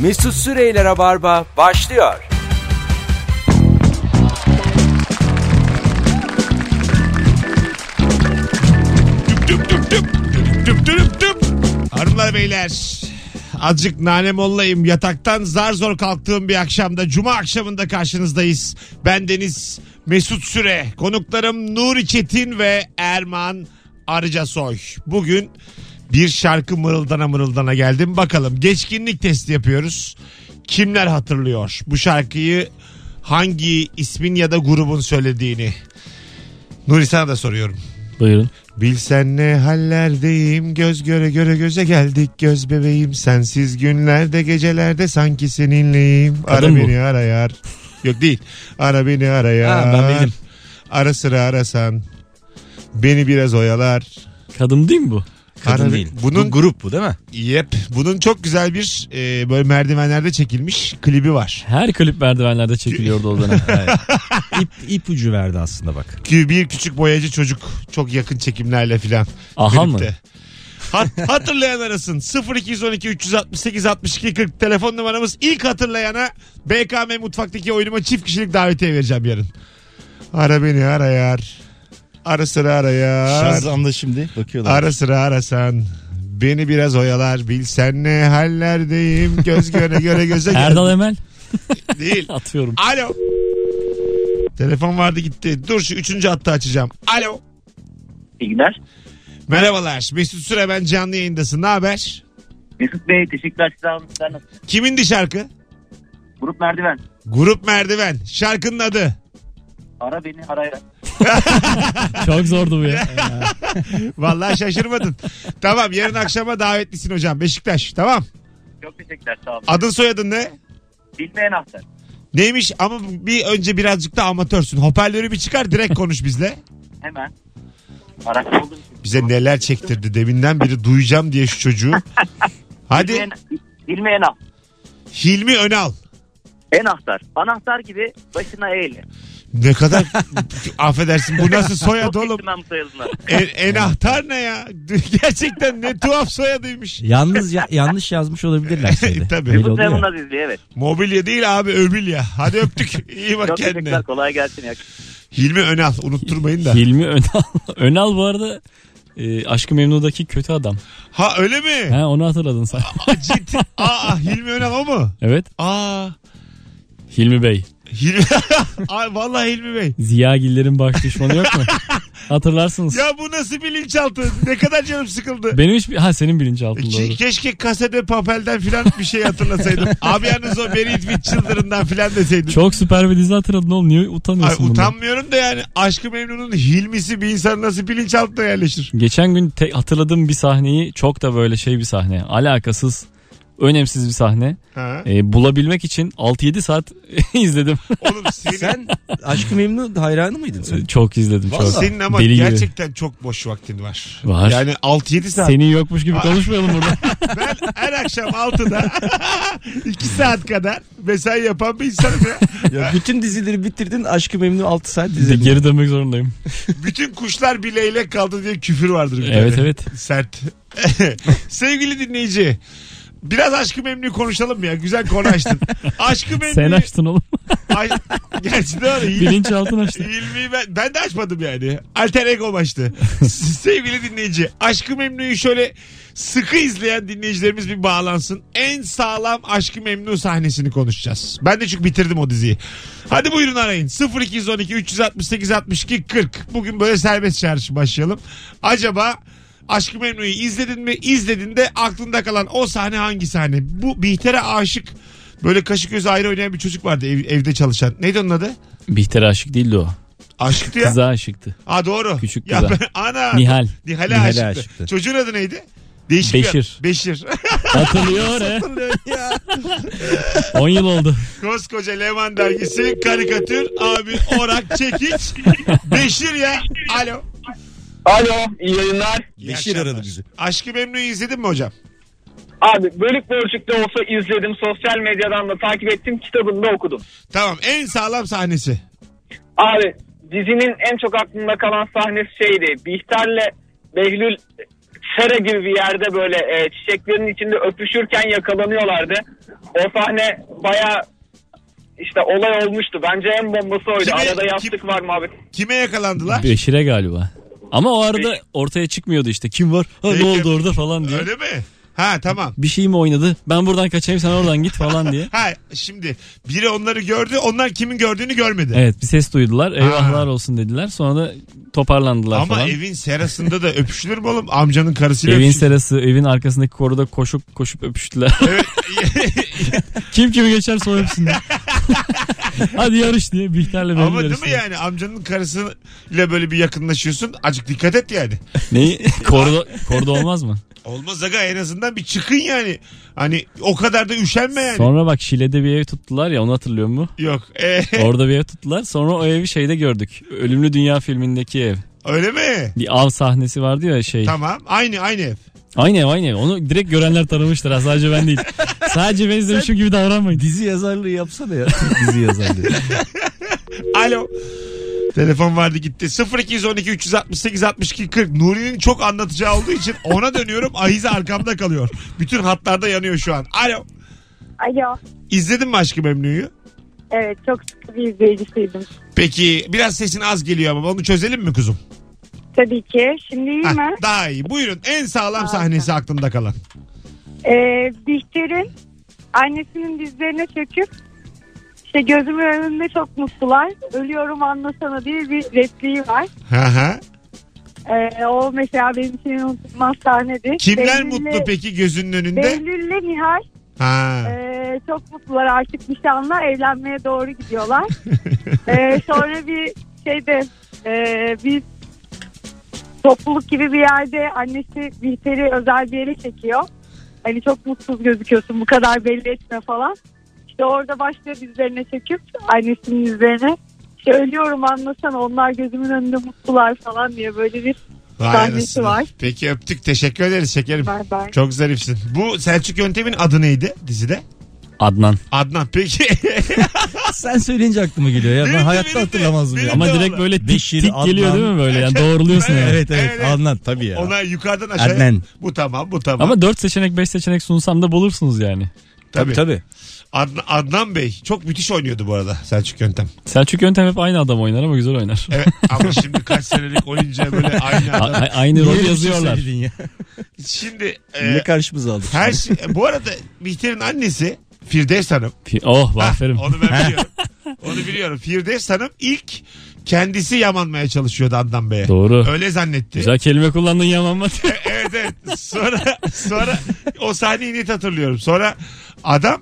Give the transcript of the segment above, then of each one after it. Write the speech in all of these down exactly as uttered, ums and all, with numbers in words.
Mesut Süreyler'e Barba başlıyor. Düp düp düp düp düp düp. Hanımlar beyler, azıcık nane mollayım, yataktan zar zor kalktığım bir akşamda, cuma akşamında karşınızdayız. Ben Deniz Mesut Süre, konuklarım Nuri Çetin ve Erman Arıcasoy. Bugün bir şarkı mırıldana mırıldana geldim. Bakalım, geçkinlik testi yapıyoruz. Kimler hatırlıyor bu şarkıyı, hangi ismin ya da grubun söylediğini? Nuri, sana da soruyorum. Buyurun. Bilsen ne hallerdeyim, göz göre göre göze geldik göz bebeğim, sensiz günlerde gecelerde sanki seninleyim. Kadın Ara bu. beni ara yar. Yok değil. Ara beni ara yar. Ha, ben bildim. Ara sıra arasan beni biraz oyalar. Kadın değil mi bu? Kadın Ara- değil. Bunun Bu grup bu değil mi? Yep. Bunun çok güzel bir e, böyle merdivenlerde çekilmiş klibi var. Her klip merdivenlerde çekiliyordu o dönem. Evet. İp, ipucu verdi aslında bak. Ki bir küçük boyacı çocuk, çok yakın çekimlerle filan. Aha mı? Klipte. Hat, hatırlayan arasın. sıfır iki on iki üç altı sekiz altmış iki kırk telefon numaramız. İlk hatırlayana B K M Mutfak'taki oyunuma çift kişilik davetiye vereceğim yarın. Ara beni ara yar. Ara sıra ara yar. Şazam'da şimdi bakıyorlar. Ara sıra arasan beni biraz oyalar, bilsen ne hallerdeyim, göz göre göre göze geldim. Erdal Emel. Değil. Atıyorum. Alo. Telefon vardı gitti. Dur, şu üçüncü hattı açacağım. Alo. İyi günler. Merhabalar. Mesut Süre, ben canlı yayındasın. Ne haber? Mesut Bey, teşekkürler. Sağ olun. Sizler nasılsınız? Kimindi şarkı? Grup Merdiven. Grup Merdiven. Şarkının adı. Ara beni araya. Çok zordu bu ya. Vallahi şaşırmadın. Tamam, yarın akşama davetlisin hocam. Beşiktaş. Tamam. Çok teşekkürler. Sağ olun. Adın soyadın ne? Bilmeyen hafta. Neymiş ama bir önce birazcık da amatörsün. Hoparlörü bir çıkar, direkt konuş bizle. Hemen. Araç olduğum için. Bize neler çektirdi deminden beri, duyacağım diye şu çocuğu. Hadi. Bilmeyen, bilmeyen hafta. Hilmi Önal. Enahtar. Anahtar gibi başına eğili. Ne kadar affedersin, bu nasıl soyad Çok oğlum? istemem soyadına. En, enahtar ne ya? Gerçekten ne tuhaf soyadıymış. Yalnız ya- yanlış yazmış olabilirler şeyde. Tabii. Belli Bu oluyor. Seven Azizli, evet. Mobilya değil abi, öbilya. Hadi öptük. İyi bak Çok kendine. teşekkürler. Kolay gelsin. Ya. Hilmi Önal, unutturmayın da. Hilmi Önal. Önal bu arada e, Aşk-ı Memnu'daki kötü adam. Ha, öyle mi? Ha, onu hatırladın sen. Aa, ciddi. Aa, Hilmi Önal o mu? Evet. Aa. Hilmi Bey. Hilmi. Aa, vallahi Hilmi Bey. Ziyagillerin baş düşmanı yok mu? Hatırlarsınız. Ya bu nasıl bilinçaltı? Ne kadar canım sıkıldı. Benim hiç... Ha, senin bilinçaltın Ke- doğru. Keşke kasede papelden filan bir şey hatırlasaydım. Abi yalnız o Merit Witt çıldırından filan deseydim. Çok süper bir dizi hatırladın oğlum. Niye utanıyorsun Ay, bundan? utanmıyorum da yani, Aşk-ı Memnun'un Hilmisi bir insan nasıl bilinçaltına yerleşir? Geçen gün te- hatırladığım bir sahneyi, çok da böyle şey bir sahne. Alakasız, önemsiz bir sahne. Ha. Ee, bulabilmek için altı yedi saat izledim. Oğlum senin, Sen Aşk-ı Memnu hayranı mıydın sen? Çok izledim. Çok. Vallahi. senin ama Deli gibi. gerçekten çok boş vaktin var. Var. Yani altı yedi saat. Senin yokmuş gibi konuşmayalım burada. Ben her akşam altıda iki saat kadar mesai yapan bir insanım ya. Ya bütün dizileri bitirdin, Aşk-ı Memnu altı saat dizi. Geri dönmek zorundayım. Bütün kuşlar bir leylek kaldı diye küfür vardır bir Evet, tane. evet. Sert. Sevgili dinleyici, biraz Aşk-ı Memnu'yu konuşalım mı ya? Güzel konu açtın. Aşk-ı Memnu'yu... Sen açtın oğlum. Ay... Gerçi doğru. İyi. Bilinçaltın açtın. İlmi ben, ben de açmadım yani. Alter ego açtı. Sevgili dinleyici, Aşk-ı Memnu'yu şöyle sıkı izleyen dinleyicilerimiz bir bağlansın. En sağlam Aşk-ı Memnu sahnesini konuşacağız. Ben de çünkü bitirdim o diziyi. Hadi buyurun arayın. sıfır iki on iki üç altı sekiz altmış iki kırk. Bugün böyle serbest çağrışı başlayalım. Acaba Aşk-ı Memnu'yu izledin mi? İzledin de aklında kalan o sahne hangi sahne? Bu Bihter'e aşık, böyle kaşı gözü ayrı oynayan bir çocuk vardı ev, evde çalışan. Neydi onun adı? Bihter'e aşık değildi o. Aşıktı ya. Kıza aşıktı. Aa, doğru. Küçük Ya kıza. ben- ana. Nihal. Nihal'e Nihal'e aşıktı. aşıktı. Çocuğun adı neydi? Değişik Beşir. bir- Beşir. Hatırlıyor he. ya. on yıl oldu. Koskoca Leman dergisi karikatür abi orak çekiç. Beşir ya. Alo. Alo, iyi yayınlar. İyi Beşir akşamlar. aradı bizi. Aşk-ı Memnu'yu izledin mi hocam? Abi bölük bölçük de olsa izledim. Sosyal medyadan da takip ettim. Kitabını da okudum. Tamam, en sağlam sahnesi. Abi dizinin en çok aklımda kalan sahnesi şeydi. Bihter'le Behlül sera gibi bir yerde böyle e, çiçeklerin içinde öpüşürken yakalanıyorlardı. O sahne baya işte olay olmuştu. Bence en bombası oydu. Kime- Arada yastık kim- var muhabbet. Kime yakalandılar? Beşir'e galiba. Ama o arada ortaya çıkmıyordu işte. Kim var? Ha, Peki. ne oldu orada falan diye. Öyle mi? Ha tamam. Bir şey mi oynadı? Ben buradan kaçayım sen oradan git falan diye. Ha şimdi biri onları gördü. Onlar kimin gördüğünü görmedi. Evet, bir ses duydular. Eyvahlar olsun dediler. Sonra da toparlandılar Ama falan. evin serasında da öpüşülür mü oğlum? Amcanın karısıyla Evin öpüşür. serası, evin arkasındaki koruda koşup koşup öpüştüler. Evet. Kim kimi geçerse o öpsünler. Hadi yarış diye Bihter'le benim Ama değil mi yarıştılar. yani amcanın karısıyla böyle bir yakınlaşıyorsun. Azıcık dikkat et yani. Neyi? Koruda, koruda olmaz mı? Olmaz aga, en azından bir çıkın yani. Hani o kadar da üşenme yani. Sonra bak Şile'de bir ev tuttular ya, onu hatırlıyor musun? Yok. Ee, Orada bir ev tuttular. Sonra o evi şeyde gördük. Ölümlü Dünya filmindeki ev. öyle mi? Bir av sahnesi vardı ya şey. Tamam. Aynı aynı ev. Aynı ev aynı ev. Onu direkt görenler tanımıştır. Ha, sadece ben değil. Sadece ben izlemişim gibi davranmayın. Dizi yazarlığı yapsana ya. Dizi yazarlığı. Alo. Telefon vardı gitti. sıfır iki on iki üç altı sekiz altmış iki kırk. Nuri'nin çok anlatacağı olduğu için ona dönüyorum. Ahize arkamda kalıyor. Bütün hatlarda yanıyor şu an. Alo. Alo. İzledin mi Aşk-ı Memnu'yu? Evet, çok sıkı bir izleyicisiydim. Peki biraz sesin az geliyor ama onu çözelim mi kuzum? Tabii ki. Şimdi iyi Heh, mi? daha iyi. Buyurun, en sağlam sahnesi aklında kalan. Ee, Bihter'in annesinin dizlerine çöküp işte gözümün önünde çok mutlular. Ölüyorum anlasana diye bir repliği var. Hı hı. Ee, o mesela benim için unutulmaz sahnedir. Kimler Behlül'le- mutlu peki gözünün önünde? Behlül'le Nihal Ha. e, çok mutlular, artık nişanla evlenmeye doğru gidiyorlar. Ee, sonra bir şeyde e, bir topluluk gibi bir yerde annesi Bihter'i özel bir yere çekiyor. Hani çok mutsuz gözüküyorsun, bu kadar belli etme falan. İşte orada başlıyor dizlerine çekip annesinin dizlerine. İşte ölüyorum anlasana, onlar gözümün önünde mutlular falan diye böyle bir Vay sahnesi anasını. var. Peki öptük, teşekkür ederiz şekerim. Bay bay. Çok zarifsin. Bu Selçuk Yöntem'in adı neydi dizide? Adnan. Adnan. Peki. Sen söyleyince aklıma geliyor ya. Benim Ben de, hayatta benim de. hatırlamazdım Benim ya. Ama de direkt valla. böyle tik Beşir, tik geliyor Adnan. değil mi böyle? Yani doğruluyorsun yani. Evet evet, Evet. Adnan tabii ya. Ona yukarıdan aşağıya. Adnan. Bu tamam, bu tamam. Ama dört seçenek beş seçenek sunsam da bulursunuz yani. tabii. Tabii. Adnan, Adnan Bey çok müthiş oynuyordu bu arada Selçuk Yöntem. Selçuk Yöntem hep aynı adam oynar ama güzel oynar. Evet ama şimdi kaç senelik oyunca böyle aynı A- adam. a- aynı Niye rolü öyle bir şey yazıyorlar. söyledin ya? Şimdi e, Yine karşımıza aldık. her şey, bu arada Bihter'in annesi Firdevs Hanım. Fi- Oh Ha, aferin. onu ben biliyorum. Onu biliyorum. Firdevs Hanım ilk kendisi yamanmaya çalışıyordu Adnan Bey'e. Doğru. Öyle zannetti. Güzel kelime kullandın yamanma. E, evet evet. Sonra sonra o sahneyi net hatırlıyorum. Sonra adam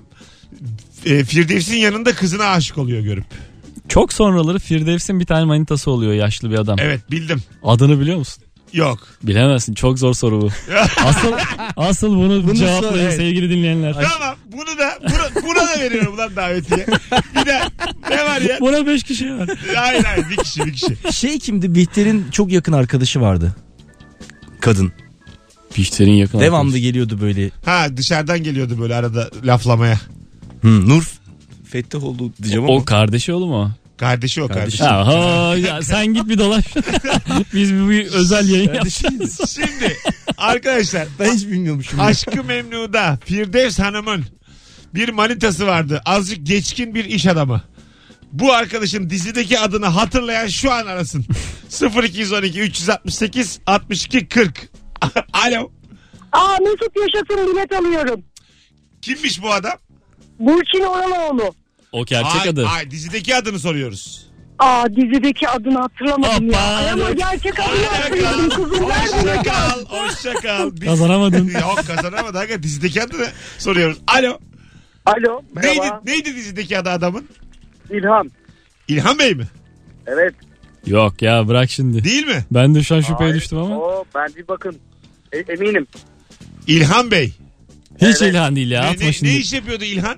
e, Firdevs'in yanında kızına aşık oluyor görüp. Çok sonraları Firdevs'in bir tane manitası oluyor, yaşlı bir adam. Evet bildim. Adını biliyor musun? Yok. Bilemezsin. Çok zor soru bu. Asıl asıl bunu, Bunu cevaplayın sor, evet. sevgili dinleyenler. Tamam bunu da buna, buna da veriyorum lan davetiye. Bir de ne var ya? Buna beş kişi var. Hayır hayır bir kişi bir kişi. Şey kimdi? Bihter'in çok yakın arkadaşı vardı. Kadın. Bihter'in yakın Devamlı arkadaşı. geliyordu böyle. Ha dışarıdan geliyordu böyle arada laflamaya. Hı, Nur Fettahoğlu diyeceğim ama. O kardeşi oğlum o. Kardeşi o Kardeşi. kardeşi. Aha, ya sen git bir dolaş. Biz bir, bir özel yayın yapacağız. Şimdi arkadaşlar Ben hiç bilmiyormuşum. Aşk-ı Memnu'da Firdevs Hanım'ın bir manitası vardı. Azıcık geçkin bir iş adamı. Bu arkadaşın dizideki adını hatırlayan şu an arasın. sıfır iki on iki üç altı sekiz altmış iki kırk. Alo. Aa, Mesut Yaşasın bilet alıyorum. Kimmiş bu adam? Burçin Oraloğlu. O gerçek Ay, adı. ay, dizideki adını soruyoruz. Aa, dizideki adını hatırlamadım Hoppa. ya. Ama gerçek adını hatırladım. Kızım ver Hoşça bilet al. kal. Hoşça kal. Biz... Kazanamadın. Yok kazanamadı. Hakikaten dizideki adını soruyoruz. Alo. Alo Neydi, merhaba. neydi dizideki adı adamın? İlham. İlhan Bey mi? Evet. Yok ya, bırak şimdi. Değil mi? Ben de şu an şüpheye Hayır. düştüm ama. O ben bir bakın. E, eminim. İlhan Bey. Hiç Evet. İlhan değil ya. Ne, Atma ne, şimdi. ne iş yapıyordu İlhan?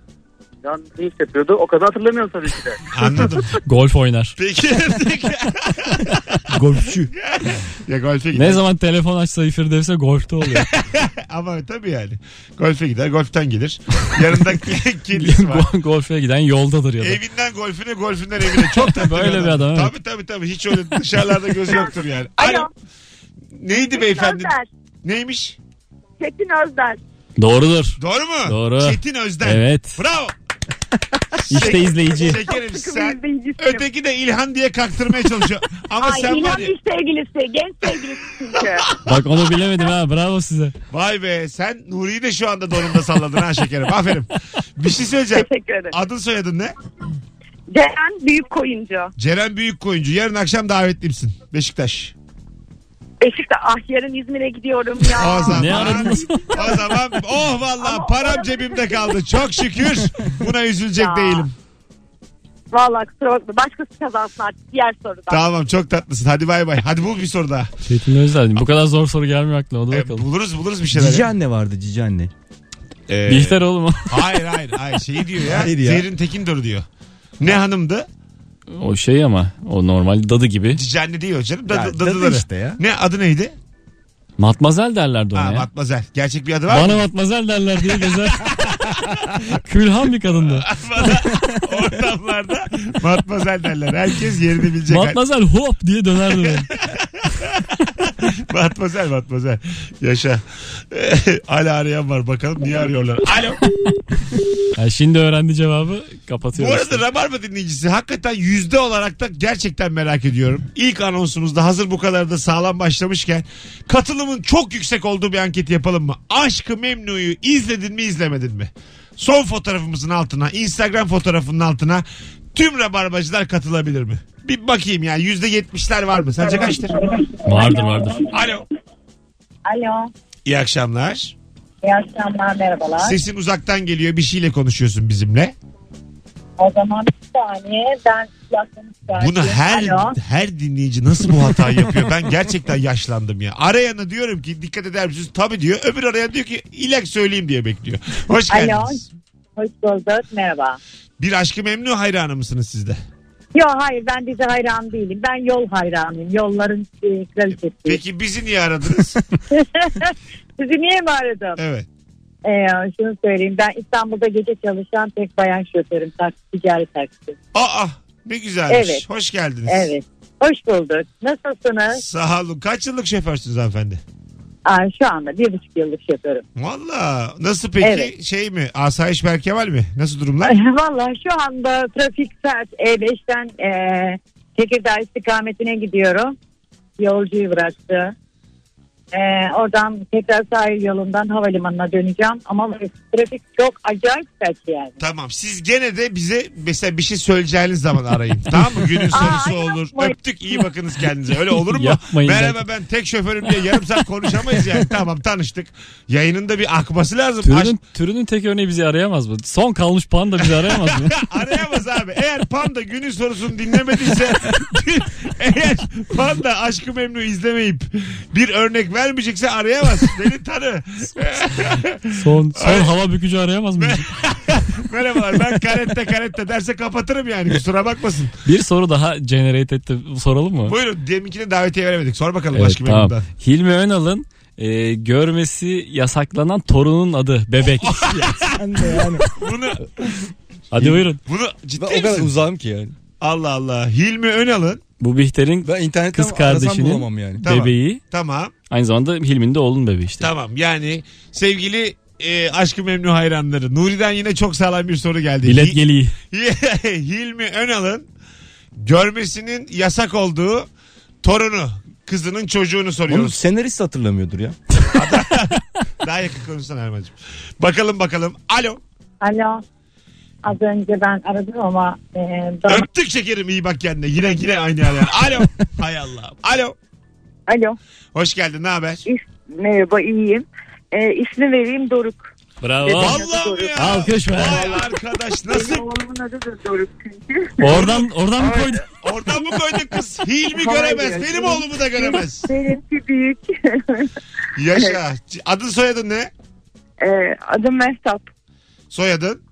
Can ne iş yapıyordu? O kadar hatırlamıyorum tabii ki de. Anladım. Golf oynar. Peki. Golfçü. Ya golfe gider. Ne zaman telefon açsa Firdevs'e golfte oluyor. Ama tabii yani. Golfe gider, golften gelir. Yanında kirlisi var. Go- Golfe giden yoldadır ya da. Evinden golfüne, golfünden evine. Çok tatlı Böyle bir adam, evet. Tabii tabii tabii. Hiç öyle dışarılarda gözü yoktur yani. Alo. Alo. Neydi beyefendi? Sözler. Neymiş? Çetin Özden. Doğrudur. Doğru mu? Doğru. Çetin Özden. Evet. Bravo. İşte izleyici. Şekerim sen. izleyicisiyim. Öteki de İlhan diye kaktırmaya çalışıyor. Ama Ay sen var İlhan ya. iş sevgilisi. Genç sevgilisi çünkü. Bak onu bilemedim ha. Bravo size. Vay be sen Nuri'yi de şu anda donumda salladın ha şekerim. Aferin. Bir şey söyleyeceğim. Teşekkür ederim. Adın soyadın ne? Ceren Büyük Koyuncu. Ceren Büyükkoyuncu. Yarın akşam davetlimsin. Beşiktaş. Beşiktaş. Ah yarın İzmir'e gidiyorum ya. O zaman, Ne aradınız? o zaman oh vallahi Ama param orada- cebimde kaldı. Çok şükür. Buna üzülecek Ya. değilim. Vallahi kusura bakma. Başkası kazansın artık diğer soruda. Tamam çok tatlısın. Hadi bay bay. Hadi bul bir soru daha. Çetin Özdağ. Bu kadar zor soru gelmiyor aklıma. Hadi Ee, bakalım. buluruz buluruz bir şeyler. Cici ya. anne vardı cici anne. Ee, Bihter oğlum o. Hayır hayır hayır şeyi diyor ya. Hayır ya. Zerrin Tekindur diyor. Ne hanımdı? O şey ama o normal dadı gibi. Cici anne diyor canım. Dadı, Ya, dadı dadıları. işte ya. Ne adı neydi? Matmazel derlerdi ona Ha ya. Matmazel. Gerçek bir adı var Bana mı? matmazel derler diye gezer. Külhan bir kadındı. Bana ortamlarda Matmazel derler. Herkes yerini bilecek. Matmazel hop diye dönerdi böyle. Matmazel Matmazel. Yaşa. Hala arayan var bakalım niye arıyorlar. Alo. Yani şimdi öğrendi cevabı Bu kapatıyoruz. arada Rabarba dinleyicisi hakikaten yüzde olarak da gerçekten merak ediyorum. İlk anonsumuzda hazır bu kadar da sağlam başlamışken katılımın çok yüksek olduğu bir anket yapalım mı? Aşk-ı Memnu'yu izledin mi izlemedin mi? Son fotoğrafımızın altına, Instagram fotoğrafının altına tüm Rabarbacılar katılabilir mi? Bir bakayım ya yüzde yetmişler var mı? Sence kaçtır? Vardır vardır. Alo. Alo. İyi akşamlar. İyi akşamlar, merhabalar. Sesin uzaktan geliyor bir şeyle konuşuyorsun bizimle. O zaman bir saniye ben kulaklarımı çıkartayım. Bunu her Alo. her dinleyici nasıl bu hatayı yapıyor? Ben gerçekten yaşlandım ya. Arayana diyorum ki dikkat eder misiniz? Tabii diyor. Öbür arayan diyor ki ilak söyleyeyim diye bekliyor. Hoş Alo. geldiniz. Hoş bulduk, merhaba. Bir Aşk-ı Memnu hayranı mısınız siz de? Yok hayır ben dizi hayran değilim. Ben yol hayranıyım. Yolların e, kraliçesi. Peki bizi niye aradınız? Sizi niye mi aradım? Evet. Ee, şunu söyleyeyim. Ben İstanbul'da gece çalışan tek bayan şoförüm. Taksi, ticari taksi. Aa ne güzelmiş. Evet. Hoş geldiniz. Evet. Hoş bulduk. Nasılsınız? Sağ olun. Kaç yıllık şoförsünüz hanımefendi? Aa, şu anda bir buçuk yıllık şoförüm. Valla. Nasıl peki Evet. şey mi? Asayiş Berkemal mi? Nasıl durumlar? Vallahi şu anda trafik sert. E beşten e, Tekirdağ istikametine gidiyorum. Yolcuyu bıraktı. E, oradan tekrar sahil yolundan havalimanına döneceğim. Ama trafik çok acayip sert yani. Tamam siz gene de bize mesela bir şey söyleyeceğiniz zaman arayın. Tamam mı? Günün sorusu Aa, olur. yapmayın. Öptük iyi bakınız kendinize. Öyle olur mu? Yapmayın Merhaba zaten. ben tek şoförüm diye yarım saat konuşamayız yani. Tamam tanıştık. Yayının da bir akması lazım. Türünün, Aş- türünün tek örneği bizi arayamaz mı? Son kalmış panda bizi arayamaz mı? Arayamaz abi. Eğer Panda günün sorusunu dinlemediyse eğer Panda Aşk-ı Memnu izlemeyip bir örnek vermeyecekse arayamaz. Beni tanı. Son, son hava bükücü arayamaz mı? Merhabalar ben karette karette derse kapatırım yani kusura bakmasın. Bir soru daha generate etti. Soralım mı? Buyurun deminkine davetiye veremedik. Sor bakalım Evet, Aşk-ı tamam. Memnu'dan. Hilmi Önal'ın e, görmesi yasaklanan torunun adı Bebek. Sen de yani. Bunu Hadi buyurun. bunu ciddi Ben o kadar misin? uzağım ki yani. Allah Allah. Hilmi Önal'ın Bu Bihter'in Ben internetten kız arasam kardeşinin bulamam yani. Tamam. bebeği. tamam Aynı zamanda Hilmi'nin de oğlun bebeği işte. tamam yani sevgili e, Aşk-ı Memnu hayranları Nuri'den yine çok sağlam bir soru geldi. Bilet Hi- geliği. Hilmi Önal'ın görmesinin yasak olduğu torunu kızının çocuğunu Onu soruyoruz. senarist hatırlamıyordur ya. Daha yakın konuşsana Erman'cığım. Bakalım bakalım. Alo. Alo. Az önce ben aradım ama e, dam- Öptük şekerim iyi bak kendine. Yine yine aynı yer. Alo. Hay Allah. Alo. Alo. Hoş geldin ne haber? Merhaba iyiyim. Ee, ismi vereyim Doruk. Bravo. Vallahi mi ya? Alkış be. Vay arkadaş nasıl? Benim oğlumun adı da Doruk çünkü. Oradan oradan mı koydun? Oradan mı koydun kız? Hilmi Hayır. göremez. Benim oğlumu da göremez. Benimki büyük. Yaşa. Adın soyadın ne? ee, adım Mehtap. Soyadın?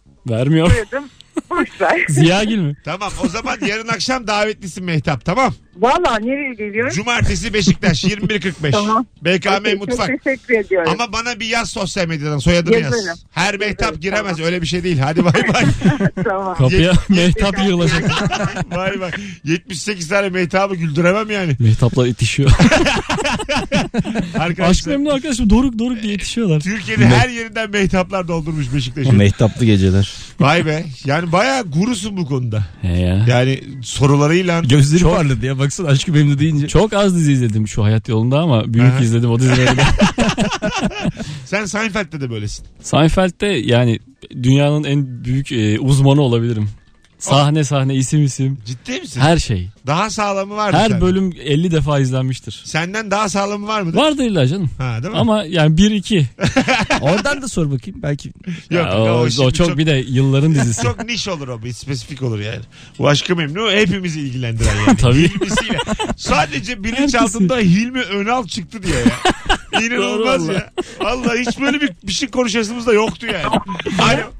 Vermiyor. Soyadım boş ver. Ziyagil mi? Tamam o zaman yarın akşam davetlisin Mehtap tamam. Valla nereye geliyorum? Cumartesi Beşiktaş yirmi bir kırk beş. Tamam. B K M Okey, Mutfak. Çok teşekkür ediyorum. Ama bana bir yaz sosyal medyadan soyadını yaz. Yazarım. Her Mehtap Yazarım, giremez tamam. öyle bir şey değil. Hadi bay bay. Tamam. Kapıya Mehtap yığılacak. Vay vay. yetmiş sekiz tane Mehtap'ı güldüremem yani. Mehtap'la itişiyor. Aşk Arkadaşlar memnun arkadaşım Doruk Doruk diye yetişiyorlar. Türkiye'nin her yerinden Mehtaplar doldurmuş O Beşiktaş'ı. mehtaplı geceler. Vay be. Yani bayağı gurusun bu konuda. He ya. Yani sorularıyla. Gözleri Çok- parladı ya baksana Aşk-ı Memnu deyince. Çok az dizi izledim şu hayat yolunda ama büyük Aha. izledim o dizileri de. Sen Seinfeld'de de böylesin. Seinfeld'de yani dünyanın en büyük e, uzmanı olabilirim. Sahne sahne isim isim Ciddi misin? her şey. Daha sağlamı var mı Her senden? bölüm elli defa izlenmiştir. Senden daha sağlamı var mı? Vardır illa canım. Ha değil mi? Ama yani bir iki. Oradan da sor bakayım belki. Yok, Ya o, o şimdi çok, bir de yılların dizisi. Çok niş olur o. Bir spesifik olur yani. Bu Aşk-ı Memnu hepimizi ilgilendiren yani. Tabii. Hilmisiyle. Sadece bilinçaltında Hilmi Önal çıktı diye ya. İnanılmaz Doğru ya. Vallahi hiç böyle bir, bir şey konuşasımız da yoktu yani. Alo.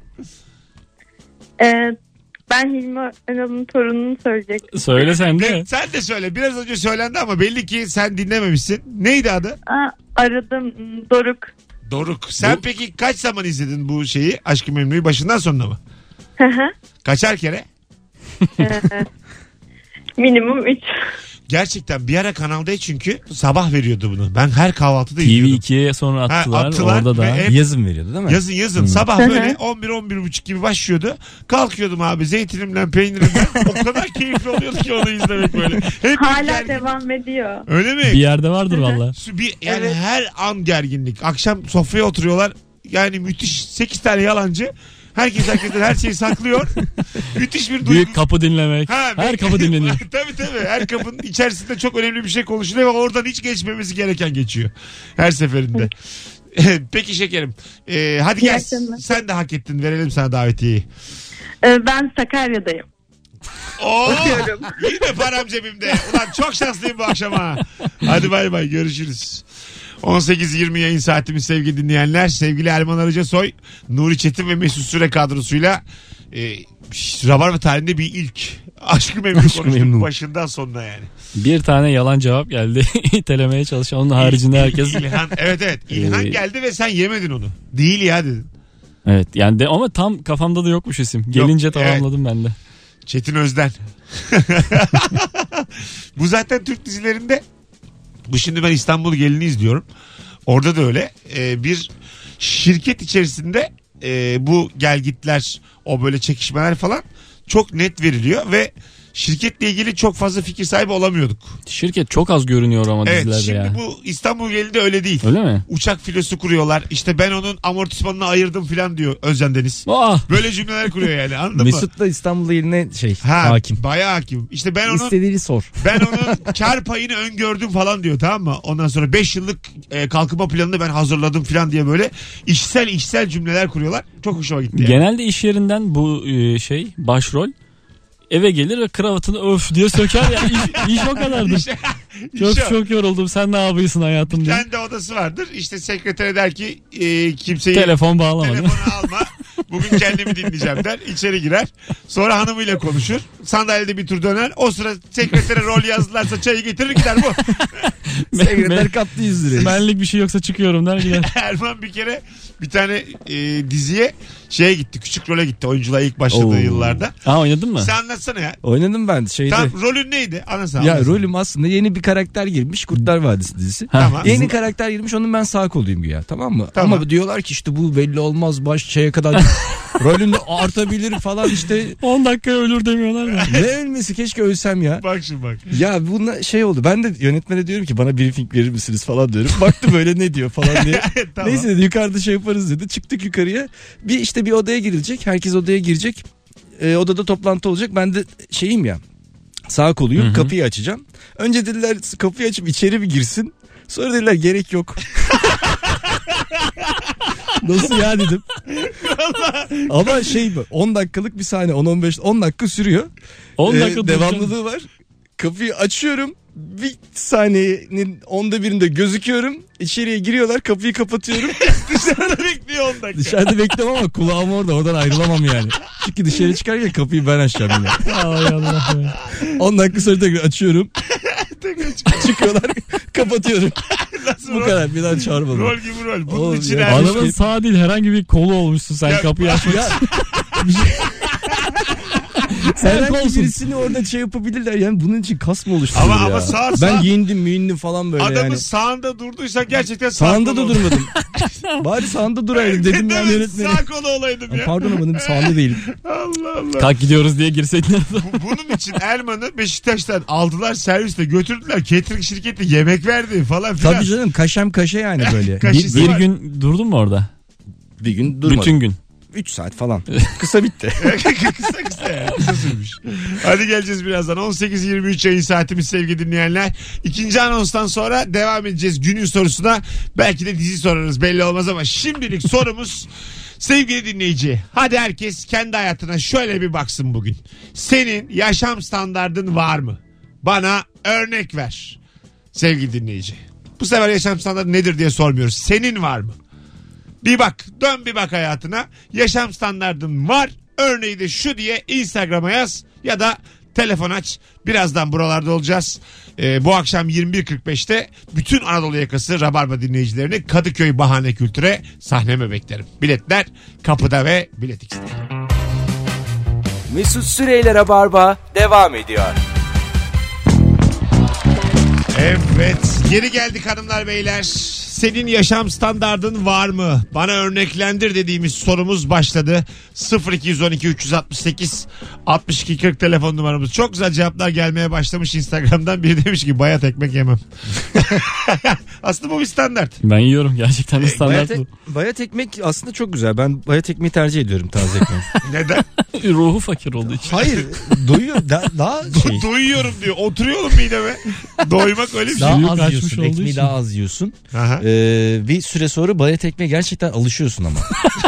Ee, ben Hilmi Önal'ın torununu söyleyecektim. Söyle sen de. Evet, sen de söyle. Biraz önce söylendi ama belli ki sen dinlememişsin. Neydi adı? Aa, aradım Doruk. Doruk. Sen Bu- peki kaç zaman izledin bu şeyi? Aşk-ı Memnu'yu başından sonuna mı? Hı hı. Kaçar kere? Ee, minimum üç. Gerçekten bir ara Kanal D çünkü sabah veriyordu bunu. Ben her kahvaltıda T V izliyordum. ikiye sonra attılar. attılar Orada da. ve hep- Yazın veriyordu değil mi? Yazın yazın sabah böyle on bir on bir buçuk gibi başlıyordu. Kalkıyordum abi zeytinimden peynirimden. O kadar keyifli oluyordu ki onu izlemek böyle. Hep Hala gergin. devam ediyor. Öyle mi? Bir yerde vardır valla. Su- Bir, yani her an gerginlik. Akşam sofraya oturuyorlar. Yani müthiş sekiz tane yalancı. Herkes herkesten her şeyi saklıyor. Müthiş bir duygu. Büyük kapı dinlemek. Ha, Her be- kapı dinleniyor. tabii tabii. Her kapının içerisinde çok önemli bir şey konuşuluyor ve oradan hiç geçmemesi gereken geçiyor. Her seferinde. Peki şekerim. Ee, hadi İyi gel. akşamlar. Sen de hak ettin. Verelim sana davetiyeyi. Ee, ben Sakarya'dayım. Oo, yine param cebimde. Ulan çok şanslıyım bu akşam ha. Hadi bay bay görüşürüz. on sekiz yirmi yayın saatimiz sevgili dinleyenler. Sevgili Erman Arıcasoy, Nuri Çetin ve Mesut Süre kadrosuyla e, Rabarba tarihinde bir ilk. Aşk-ı Memnu Aşk-ı konuştuk Memnu. başından sonuna yani. Bir tane yalan cevap geldi. İtelemeye çalışan. Onun haricinde herkes. İlhan, evet evet. İlhan Ee, geldi ve sen yemedin onu. Değil ya dedin. Evet yani de ama tam kafamda da yokmuş isim. Gelince tamamladım ben de. Çetin Özden. Bu zaten Türk dizilerinde. Bu şimdi ben İstanbul Gelini izliyorum. Orada da öyle. Ee, bir şirket içerisinde e, bu gelgitler, o böyle çekişmeler falan çok net veriliyor ve şirketle ilgili çok fazla fikir sahibi olamıyorduk. Şirket çok az görünüyor ama Evet dizilerde şimdi ya. bu İstanbul Gelini'de öyle değil. Öyle mi? Uçak filosu kuruyorlar. İşte ben onun amortismanını ayırdım falan diyor Özcan Deniz. Ah! Böyle cümleler kuruyor yani anladın mı? Mesut da İstanbul'da eline şey Ha, hakim. bayağı hakim. İşte ben onun İstediğini sor. ben onun kar payını öngördüm falan diyor tamam mı? Ondan sonra beş yıllık e, kalkınma planını ben hazırladım falan diye böyle işsel işsel cümleler kuruyorlar. Çok hoşuma gitti yani. Genelde iş yerinden bu e, şey başrol eve gelir ve kravatını öf diye söker ya. İş, iş o kadardır. İş- Çok iş o. çok yoruldum. Sen ne yapıyorsun hayatım diye. Kendi odası vardır. İşte sekretere der ki e, kimseyi Telefon bağlamadı. telefonu alma. Bugün kendimi dinleyeceğim der. İçeri girer. Sonra hanımıyla konuşur. Sandalyede bir tur döner. O sıra sekretere rol yazdılarsa çayı getirir gider bu. Sekreter kaptı yüz lirayı. Benlik bir şey yoksa çıkıyorum der gider. Erman bir kere bir tane e, diziye şeye gitti. Küçük role gitti. Oyunculuğa ilk başladığı Oo. yıllarda. Ha oynadın mı? Sen anlatsana ya. Oynadım ben şeyde. Tam rolün neydi? Anasını Ya anlasana. rolüm aslında yeni bir karakter girmiş Kurtlar Vadisi dizisi. Ha, Tamam. Yeni karakter girmiş onun ben sağ koluyum güya tamam mı? Tamam. Ama diyorlar ki işte bu belli olmaz baş şeye kadar rolün de artabilir falan işte. on dakika ölür demiyorlar mı? Ne ölmesi keşke ölsem ya. Bak şimdi bak. Ya buna şey oldu ben de yönetmene diyorum ki bana briefing verir misiniz falan diyorum. Baktı böyle ne diyor falan diye. Tamam. Neyse dedi yukarıda şey yaparız dedi. Çıktık yukarıya bir işte bir odaya girilecek herkes odaya girecek. Ee, odada toplantı olacak ben de şeyim ya sağ koluyum Hı hı. kapıyı açacağım. Önce dediler kapıyı açıp içeri bir girsin. Sonra dediler gerek yok. Nasıl ya dedim. Ama şey bu on dakikalık bir sahne on on beş on dakika sürüyor. on Ee, dakika devamlılığı var. Kapıyı açıyorum. Bir saniyenin onda birinde gözüküyorum. İçeriye giriyorlar. Kapıyı kapatıyorum. Dışarıda bekliyor on dakika. Dışarıda bekliyorum ama kulağım orada. Oradan ayrılamam yani. Çünkü dışarı çıkarken kapıyı ben açacağım yine. Ay Allah ya. on dakika sonra tekrar açıyorum. çıkıyorlar. Kapatıyorum. Nasıl Bu rol? kadar, bir daha çağırmadım. Rol gibi rol. Bunun Oğlum için ya, her Adamın şey... sağ değil herhangi bir kolu olmuşsun sen Ya- kapıyı açmak Ya, için. Sen herhangi kolsun. birisini orada şey yapabilirler. Yani bunun için kas mı oluşturur Ama- ya? ama sağ- sağ- Ben giyindim müyindim falan böyle Adamın yani. sağında durduysan gerçekten sağ Sağında kolu da ol. durmadım. Bari sağında duraydım dedim yani Değil mi? yönetmenim. Sağ kolu olaydım ya. Pardon ama dedim sağında değilim. Allah Allah. Kalk gidiyoruz diye girseydin. Bu- Bunun için Erman'ı Beşiktaş'tan aldılar, serviste götürdüler. Catering şirketi yemek verdi falan filan. Tabii canım, kaşem kaşe yani böyle. Kaşesi bir, bir var. gün durdun mu orada? Bir gün durmadım. Bütün gün. üç saat falan. Kısa bitti. kısa kısa yani. Kısa sürmüş. Hadi geleceğiz birazdan. on sekiz yirmi üç yayın saatimiz sevgili dinleyenler. İkinci anonstan sonra devam edeceğiz günün sorusuna. Belki de dizi sorarız, belli olmaz ama şimdilik sorumuz sevgili dinleyici. Hadi herkes kendi hayatına şöyle bir baksın bugün. Senin yaşam standardın var mı? Bana örnek ver. Sevgili dinleyici. Bu sefer yaşam standartı nedir diye sormuyoruz. Senin var mı? Bir bak, dön bir bak hayatına. Yaşam standardın var. Örneği de şu diye Instagram'a yaz ya da telefon aç. Birazdan buralarda olacağız. Ee, bu akşam yirmi bir kırk beşte bütün Anadolu yakası Rabarba dinleyicilerini Kadıköy Bahane Kültür'e sahneme beklerim. Biletler kapıda ve Bilet X'te. Mesut Süreyler'e barba devam ediyor. Evet, geri geldik hanımlar beyler. Senin yaşam standardın var mı? Bana örneklendir dediğimiz sorumuz başladı. sıfır iki on iki üç altı sekiz altmış iki kırk telefon numaramız. Çok güzel cevaplar gelmeye başlamış Instagram'dan. Biri demiş ki bayat ekmek yemem. Aslında bu bir standart. Ben yiyorum gerçekten de standart Bayat, bu. bayat ekmek aslında çok güzel. Ben bayat ekmeği tercih ediyorum taze ekmeği. Neden? Ruhu fakir olduğu için. Hayır, doyuyor. Da, daha şey. Doyuyorum diyor. Oturuyorum mideme. Doymak öyle bir şey. Daha Suyu az kaçmış yiyorsun. olduğu Ekmeği için. daha az yiyorsun. Aha. Ee, bir süre sonra bayat ekmeğe gerçekten alışıyorsun ama.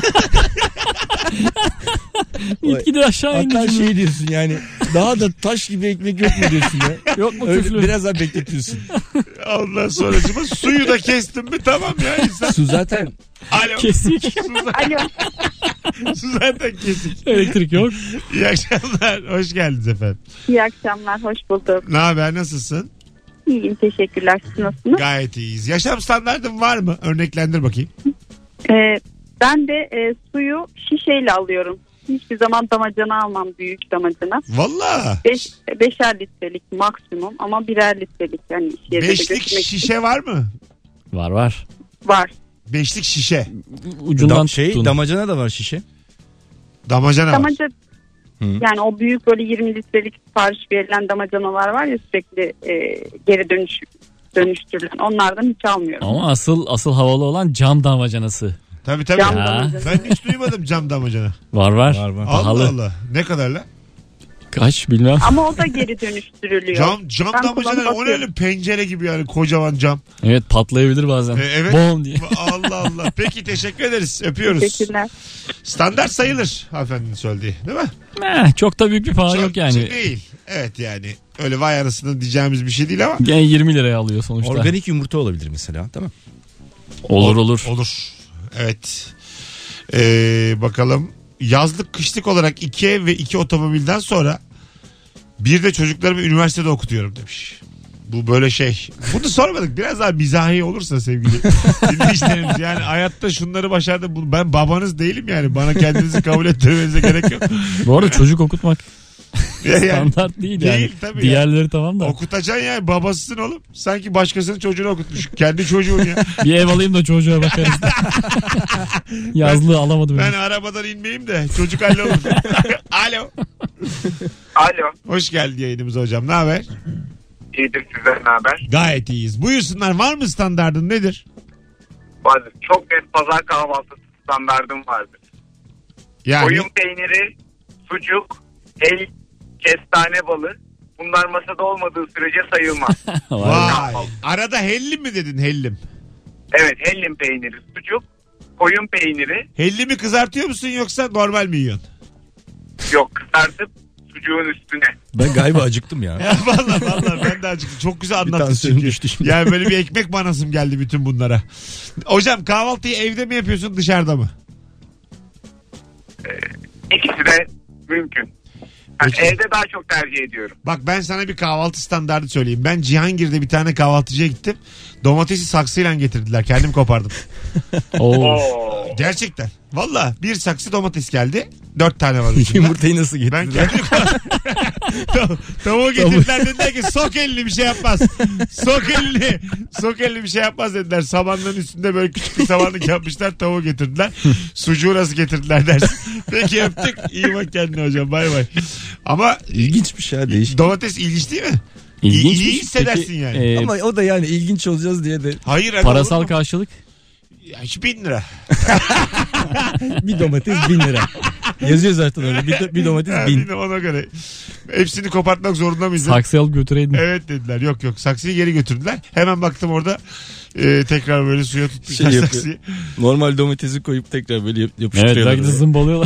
Gitgide aşağı indi. Hatta şey diyorsun yani, daha da taş gibi ekmek yok mu diyorsun ya. Yok mu Öyle küflü? biraz daha bekletiyorsun. Ondan sonra suyu da kestim mi tamam ya insan. Su zaten Alo. Kesik. Su, Alo. su zaten kesik. Elektrik yok. İyi akşamlar. Hoş geldiniz efendim. İyi akşamlar. Hoş bulduk. Ne haber, nasılsın? İyiyim. Teşekkürler. Siz nasılsınız? Gayet iyiyiz. Yaşam standardın var mı? Örneklendir bakayım. Ee, ben de e, suyu şişeyle alıyorum. Hiçbir zaman damacana almam, büyük damacana. Valla. Beş, beşer litrelik maksimum ama birer litrelik. Yani iş yerine de Beşlik götürmek için şişe var mı? Var var. var. Beşlik şişe. Ucundan da, şey tuttun. damacana da var şişe. Damacana var. Damaca Hı. yani o büyük böyle yirmi litrelik sipariş verilen damacanalar var ya, sürekli e, geri dönüş dönüştürülen. Onlardan hiç almıyorum. Ama asıl asıl havalı olan cam damacanası. Tabii tabii. Cam Ya. damacana. Ben hiç duymadım cam damacana. Var var. Var, var. Allah Pahalı. Allah. Ne kadar la? Kaç bilmem. Ama o da geri dönüştürülüyor. Cam, cam Ben damacana kullanıp o ne bakıyorum. öyle pencere gibi yani kocaman cam. Evet patlayabilir bazen. E, evet. Bom diye. Allah Allah. Peki teşekkür ederiz. Öpüyoruz. Teşekkürler. Standart sayılır hanımefendinin söylediği değil mi? Eh, çok da büyük bir paha Çok yok yani. şey değil. Evet yani. Öyle vay arasında diyeceğimiz bir şey değil ama. Gene yirmi liraya alıyor sonuçta. Organik yumurta olabilir mesela, değil mi? Olur olur. Olur. Evet. Ee, bakalım. Yazlık kışlık olarak iki ev ve iki otomobilden sonra bir de çocuklarımı üniversitede okutuyorum demiş. Bu böyle şey. Bunu sormadık. Biraz daha mizahi olursa sevgili dinleyicilerimiz. Yani hayatta şunları başardı. Bu- Ben babanız değilim yani. Bana kendinizi kabul ettirmenize gerek yok. Bu arada çocuk okutmak Yani standart değil yani. değil tabii Diğerleri tamam da. okutacaksın yani, babasısın oğlum. Sanki başkasının çocuğunu okutmuş. Kendi çocuğun ya. Bir ev alayım da çocuğa bakarız. Yazlığı alamadım. Ben Ben... arabadan inmeyeyim de çocuk hallolur. Alo. Alo. Hoş geldin yayınımıza hocam. Ne haber? İyidir, sizden ne haber? Gayet iyiyiz. Buyursunlar. Var mı standardın, nedir? Vardır. Çok net pazar kahvaltısı standardım vardır. Yani Koyun peyniri, sucuk, el, kestane balı. Bunlar masada olmadığı sürece sayılmaz. vay. Arada hellim mi dedin, hellim? Evet, hellim peyniri, sucuk, koyun peyniri. Hellimi kızartıyor musun yoksa normal mi yiyorsun? Yok, kızartıp sucuğun üstüne. Ben galiba acıktım ya. Ya valla valla ben de acıktım. Çok güzel Bir anlattın tansiyonum çünkü. düştü şimdi. Yani böyle bir ekmek banasım geldi bütün bunlara. Hocam kahvaltıyı evde mi yapıyorsun, dışarıda mı? İkisi de mümkün. Yani evde daha çok tercih ediyorum. Bak ben sana bir kahvaltı standardı söyleyeyim. Ben Cihangir'de bir tane kahvaltıcıya gittim. Domatesi saksıyla getirdiler. Kendim kopardım. Oo. Oo. Gerçekten. Valla bir saksı domates geldi. Dört tane var içinde. Yumurtayı nasıl Ben getirdiler? kendim Tav- Tavuğu getirdiler, dediler ki sok elini bir şey yapmaz. Sok elini. Sok elini bir şey yapmaz dediler. Sabanların üstünde böyle küçük bir sabanlık yapmışlar. Tavuğu getirdiler. Sucuğu nasıl getirdiler dersin. Peki öptük. İyi bak kendine hocam. Bay bay. Ama İlginçmiş ya, değişik. domates ilginç değil mi? İlginç. İyi, iyi hissedersin yani. e, Ama o da yani ilginç olacağız diye de Hayır. aga, parasal olur mu? karşılık Ya, şu bin lira. bir domates bin lira. Yazıyor zaten öyle. Bir, bir domates Ha, bin. bin ona göre. Hepsini kopartmak zorunda mıyız? saksı alıp götüreydin. Evet dediler. Yok yok. Saksıyı geri götürdüler. Hemen baktım orada e, tekrar böyle suya tutmuşlar Şey yapıyor. saksıyı. Normal domatesi koyup tekrar böyle yap- Evet yapıştırıyorlar. belki de zımbalıyorlar.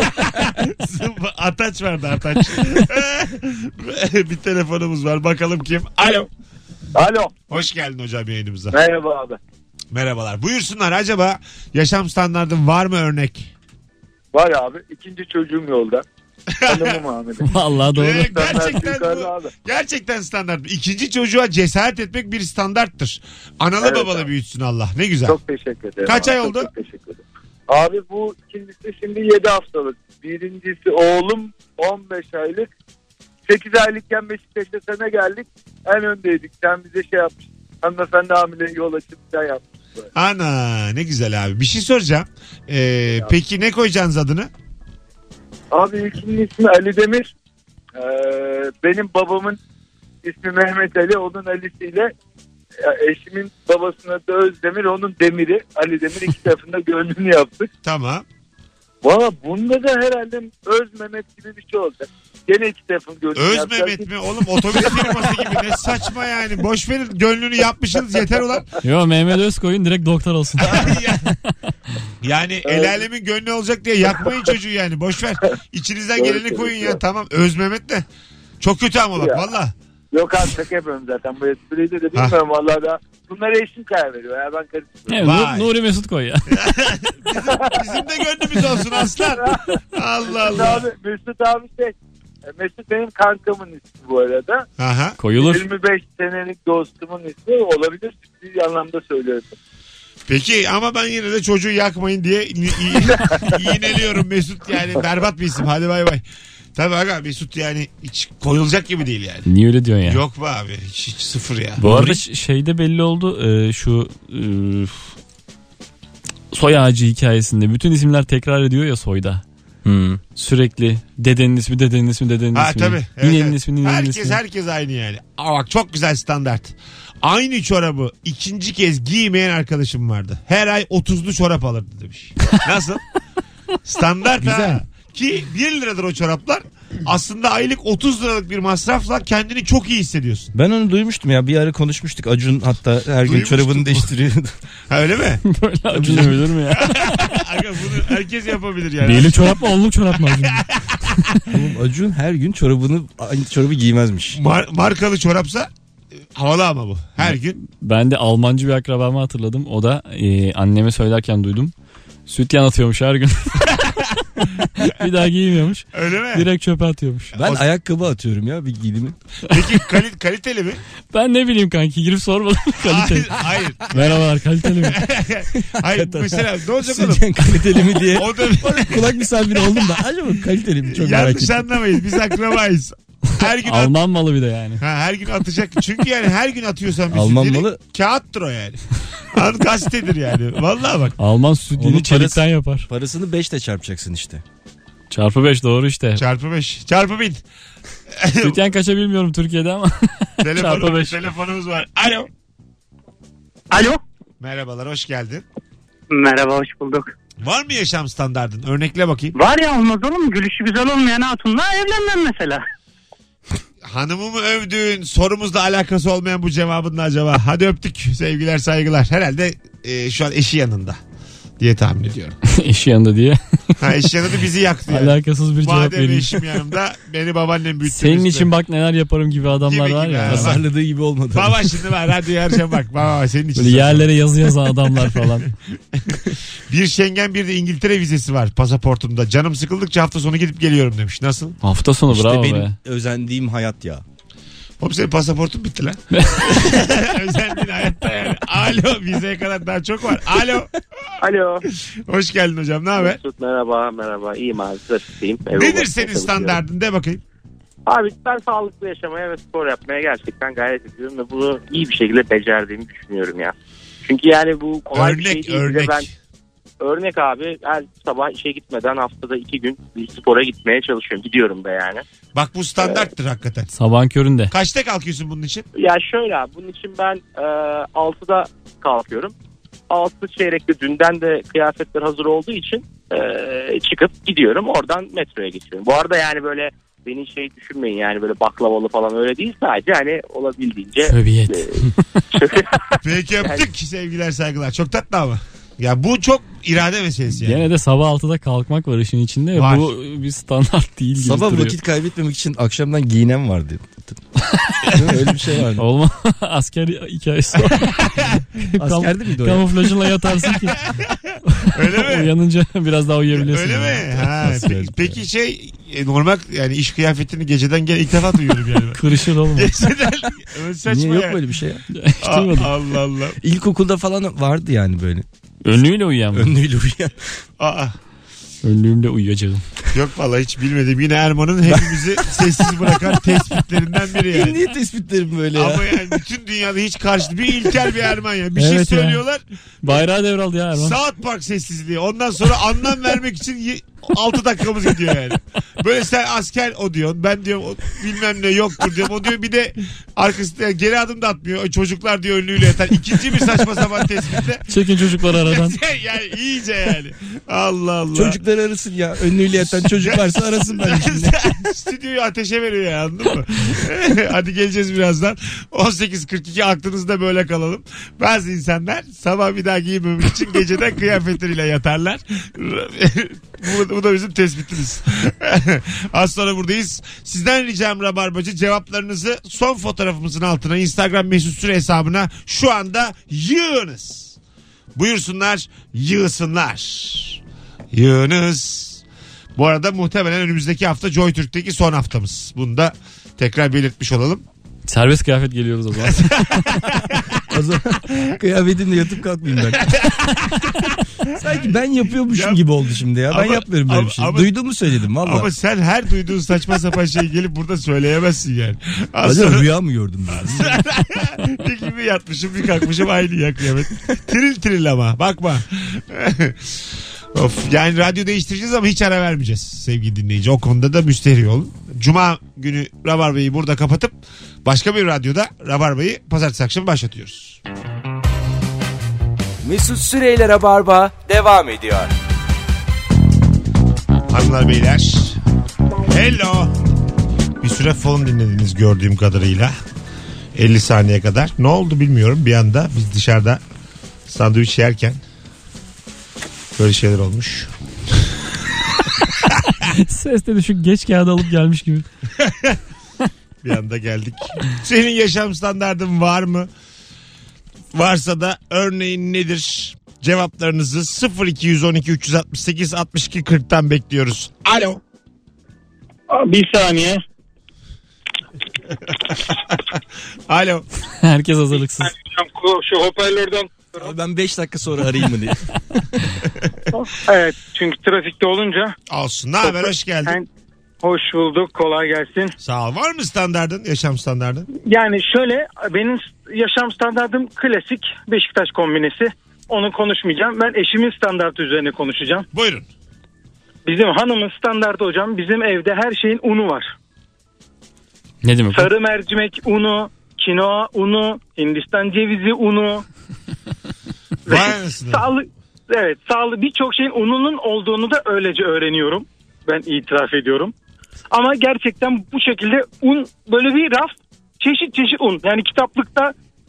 Ataç vardı ataç. Bir telefonumuz var. Bakalım kim? Alo. Alo. Hoş geldin hocam yayınımıza. Merhaba abi. Merhabalar. Buyursunlar. Acaba yaşam standartın var mı örnek? Var abi. İkinci çocuğum yolda. Hanımım Ahmet'e. Vallahi doğru. Ee, gerçekten Standart bu, yukarıda abi. gerçekten standart. İkinci çocuğa cesaret etmek bir standarttır. Analı Evet babalı abi. büyütsün Allah. Ne güzel. Çok teşekkür ederim. Kaç abi. ay Çok, oldu? Çok teşekkür ederim. Abi bu ikincisi şimdi yedi haftalık. Birincisi oğlum on beş aylık. sekiz aylıkken Beşiktaş'a sene geldik. En öndeydik. Sen bize şey yapmışsın. Hanımefendi hamile yol açıp sen yapmışsın. Böyle. Ana ne güzel abi. Bir şey soracağım. Ee, peki ne koyacaksınız adını? Abi ilkinin ismi Ali Demir. Ee, benim babamın ismi Mehmet Ali. Onun Ali'siyle eşimin babasının adı Özdemir. Onun Demir'i. Ali Demir iki tarafında gönlünü yaptık. Tamam. Valla bunda da herhalde Öz Mehmet gibi bir şey olacak. Gene iki tarafın gönlünü Öz yapacak. Mehmet mi? Oğlum otobüs firması gibi ne saçma yani. Boş verin gönlünü yapmışsınız yeter ulan. Yo Mehmet Özkoy'un direkt doktor olsun. Yani el alemin gönlü olacak diye yakmayın çocuğu yani. Boş ver. İçinizden geleni koyun ya tamam. Öz Mehmet de. Çok kötü ama bak Ya. valla. Yok abi şaka yapıyorum zaten. Bu espriyi de, de bilmiyorum valla da. Bunlara eşim karar veriyor. Ya ben karışmıyorum. Evet, Vay. Nur- Nuri Mesut koy ya. Bizim, bizim de gönlümüz olsun aslan. Allah Mesut Allah. abi, Mesut abi şey. Mesut benim kankamın ismi bu arada. Aha. Koyulur. yirmi beş senelik dostumun ismi olabilir. Bir anlamda söylüyorum. Peki ama ben yine de çocuğu yakmayın diye i- i- iğneliyorum Mesut yani berbat bir isim. Hadi bay bay. Tabii aga Mesut yani hiç koyulacak gibi değil yani. Niye öyle diyorsun ya? Yok be abi hiç, hiç sıfır ya. Bu arada ş- şeyde belli oldu e, şu e, soy ağacı hikayesinde bütün isimler tekrar ediyor ya soyda. Hmm. Sürekli dedenin ismi dedenin ismi dedenin Ha ismi. tabii. Evet, Ninenin evet. ismi ninenin herkes ismi. herkes aynı yani. Aa bak çok güzel standart. Aynı çorabı ikinci kez giymeyen arkadaşım vardı. Her ay otuzlu çorap alırdı demiş. Nasıl? Standart Güzel. ha. Ki bir liradır o çoraplar. Aslında aylık otuz liralık bir masrafla kendini çok iyi hissediyorsun. Ben onu duymuştum ya, bir ara konuşmuştuk. Acun hatta her gün Duymuştum. çorabını değiştiriyordu. Ha öyle mi? Böyle acınabilir mi ya? Aga bunu herkes yapabilir yani. Bir elin çorap mı onluk çorap mı acın? Oğlum Acun her gün çorabını aynı çorabı giymezmiş. Mar- markalı çorapsa e, havalı ama bu. Her gün. Ben de Almancı bir akrabamı hatırladım. O da e, anneme söylerken duydum. Süt yanatıyormuş her gün. Bir daha giymiyormuş. Öyle mi? Direkt çöpe atıyormuş. Ben O- ayakkabı atıyorum ya bir giydiğimi. Peki kali- kaliteli mi? Ben ne bileyim kanki girip sormadım. Kaliteli. Hayır. Hayır. Merhabalar kaliteli mi? Hayır mesela ne olacak oğlum? Sizce kaliteli mi diye. O da Kulak misafiri oldum da acaba kaliteli mi, çok merak yanlış ettim. anlamayız. Biz akrabayız. Her gün at- Alman malı bir de yani. ha, her gün atacak. Çünkü yani her gün atıyorsan bir Alman sütleri, malı- kağıttır o yani. An gazetedir yani. Vallahi bak. Alman süt Onun yeni çelikten parası- yapar. Parasını beşle çarpacaksın işte. Çarpı beş doğru işte. Çarpı beş. Çarpı bin. Sütyen kaça bilmiyorum Türkiye'de ama. Çarpı Telefonu, beş. telefonumuz var. Alo. Alo. Merhabalar hoş geldin. Merhaba hoş bulduk. Var mı yaşam standardın? Örnekle bakayım. Var ya olmaz olur mu? Gülüşü güzel olmayan hatunla evlenmem mesela. Hanımımı övdüğün sorumuzla alakası olmayan bu cevabınla acaba? Hadi öptük. Sevgiler saygılar. Herhalde e, şu an eşi yanında diye tahmin ediyorum. Eşi yanında diye. Ha, eş yanında bizi yaktı yani. Alakasız bir cevap Madem vereyim. eşim yanımda beni babaannem büyüttü. Senin üstüne. için bak neler yaparım gibi adamlar Gibi var gibi ya. ha. Tasarladığı gibi olmadı. Baba şimdi var radyoya harcam bak. Baba senin için. Böyle yerlere yazı yazan adamlar falan. Bir Schengen bir de İngiltere vizesi var pasaportumda. Canım sıkıldıkça hafta sonu gidip geliyorum demiş. Nasıl? Hafta sonu İşte bravo benim be. özendiğim hayat ya. Oğlum senin pasaportun bitti lan. Özendiğin hayatta yani. Alo vizeye kadar daha çok var. Alo. Alo. Hoş geldin hocam ne haber? Mesut merhaba merhaba. İyiyim abi. Sıradayım. Nedir senin standardın de bakayım. Abi ben sağlıklı yaşamaya ve spor yapmaya gerçekten gayret ediyorum ve bunu iyi bir şekilde becerdiğimi düşünüyorum ya. Çünkü yani bu kolay Örnek bir şey değil. örnek. Ben, örnek abi her sabah işe gitmeden haftada iki gün bir spora gitmeye çalışıyorum. Gidiyorum da yani. Bak bu standarttır evet. Hakikaten. Sabahın köründe. Kaçta kalkıyorsun bunun için? Ya şöyle abi bunun için ben e, altıda kalkıyorum. altı çeyrekte dünden de kıyafetler hazır olduğu için e, çıkıp gidiyorum. Oradan metroya geçiyorum. Bu arada yani böyle beni şey düşünmeyin yani böyle baklavalı falan öyle değil. Sadece hani olabildiğince. Şöbiyet. E, Peki öptük sevgiler saygılar. Çok tatlı ama. Ya bu çok irade meselesi yani. Gene de sabah altıda kalkmak var işin içinde. Var. Bu bir standart değil gibi Sabah duruyor. vakit kaybetmemek için akşamdan giyinen vardı. Öyle bir şey vardı. Olma asker hikayesi var. Askerde miydi o ya? Kamuflajınla yatarsın ki. Öyle mi? Uyanınca biraz daha uyuyabiliyorsun. Öyle mi? Ha, Asker peki, peki şey e, normal yani iş kıyafetini geceden gel ilk defa duyuyorum yani. Kırışır olma. Geceden öyle saçma Niye yok ya. böyle bir şey ya? Aa, Allah Allah. İlkokulda falan vardı yani böyle. Önlüğüyle uyuyan mı? Önlüğüyle uyuyan. Aa. Önlüğümle uyuyacağım. Yok vallahi hiç bilmedim. Yine Erman'ın hepimizi sessiz bırakan tespitlerinden biri yani. Niye tespitlerim böyle ya? Ama yani bütün dünyada hiç karşı bir ilkel bir Erman ya. Bir Evet şey ya. söylüyorlar. Bayrağı devraldı ya Erman. South Park sessizliği. Ondan sonra anlam vermek için altı dakikamız gidiyor yani. Böyle sen asker o diyorsun. Ben diyorum o bilmem ne yoktur diyorum. O diyor bir de arkasında yani geri adım da atmıyor. O çocuklar diyor önlüğüyle yatar. İkinci bir saçma sapan tespitle. Çekin çocukları aradan. Yani iyice yani. Allah Allah. Çocuklar arasın ya. Önlüğüyle yatan çocuk varsa arasın ben şimdi. Stüdyoyu ateşe veriyor ya anladın mı? Hadi geleceğiz birazdan. on sekiz kırk iki aklınızda böyle kalalım. Bazı insanlar sabah bir daha giymemek için geceden kıyafetleriyle yatarlar. bu, bu da bizim tespitimiz. Az sonra buradayız. Sizden ricam Rabarbacı cevaplarınızı son fotoğrafımızın altına Instagram mesut süre hesabına şu anda yığınız. Buyursunlar yığsınlar. Yığınız. Bu arada muhtemelen önümüzdeki hafta JoyTürk'teki son haftamız. Bunu da tekrar belirtmiş olalım. Serbest kıyafet geliyoruz o zaman. O zaman kıyafetimle yatıp kalkmayayım ben. Sanki ben yapıyormuşum Ya, gibi oldu şimdi ya. Ben ama- yapmıyorum böyle ama- bir şey. ama- Duyduğumu söyledim valla. Ama sen her duyduğun saçma sapan şeyi gelip burada söyleyemezsin yani. Az Acaba sonra rüya mı gördüm ben? bir gibi yatmışım bir kalkmışım aynı ya kıyamet. Tril tril ama bakma. Of, yani radyo değiştireceğiz ama hiç ara vermeyeceğiz sevgili dinleyici. O konuda da müstehri olun. Cuma günü Rabarba'yı burada kapatıp başka bir radyoda Rabarba'yı pazartesi akşamı başlatıyoruz. Mesut Süreyler'e barba devam ediyor. Hanımlar beyler. Hello. Bir süre fon dinlediniz gördüğüm kadarıyla. elli saniye kadar. Ne oldu bilmiyorum. Bir anda biz dışarıda sandviç yerken böyle şeyler olmuş. Ses de düşük geç kağıdı alıp gelmiş gibi. Bir anda geldik. Senin yaşam standardın var mı? Varsa da örneğin nedir? Cevaplarınızı sıfır iki on iki üç altı sekiz altmış iki kırktan bekliyoruz. Alo. Bir saniye. Alo. Herkes hazırlıksız. Şu hoparlörden. Abi ben beş dakika sonra arayayım mı diye. Evet, çünkü trafikte olunca. Olsun. Ne haber? Hoş geldin. Yani, hoş bulduk. Kolay gelsin. Sağ ol. Var mı standardın? Yaşam standardın? Yani şöyle, benim yaşam standardım klasik Beşiktaş kombinesi. Onu konuşmayacağım. Ben eşimin standartı üzerine konuşacağım. Buyurun. Bizim hanımın standartı hocam, bizim evde her şeyin unu var. Ne demek? Sarı mercimek unu, kinoa unu, Hindistan cevizi unu. Vay anasını. Sağlı, evet, sağlı birçok şeyin ununun olduğunu da öylece öğreniyorum. Ben itiraf ediyorum. Ama gerçekten bu şekilde un, böyle bir raf, çeşit çeşit un. Yani kitaplıkta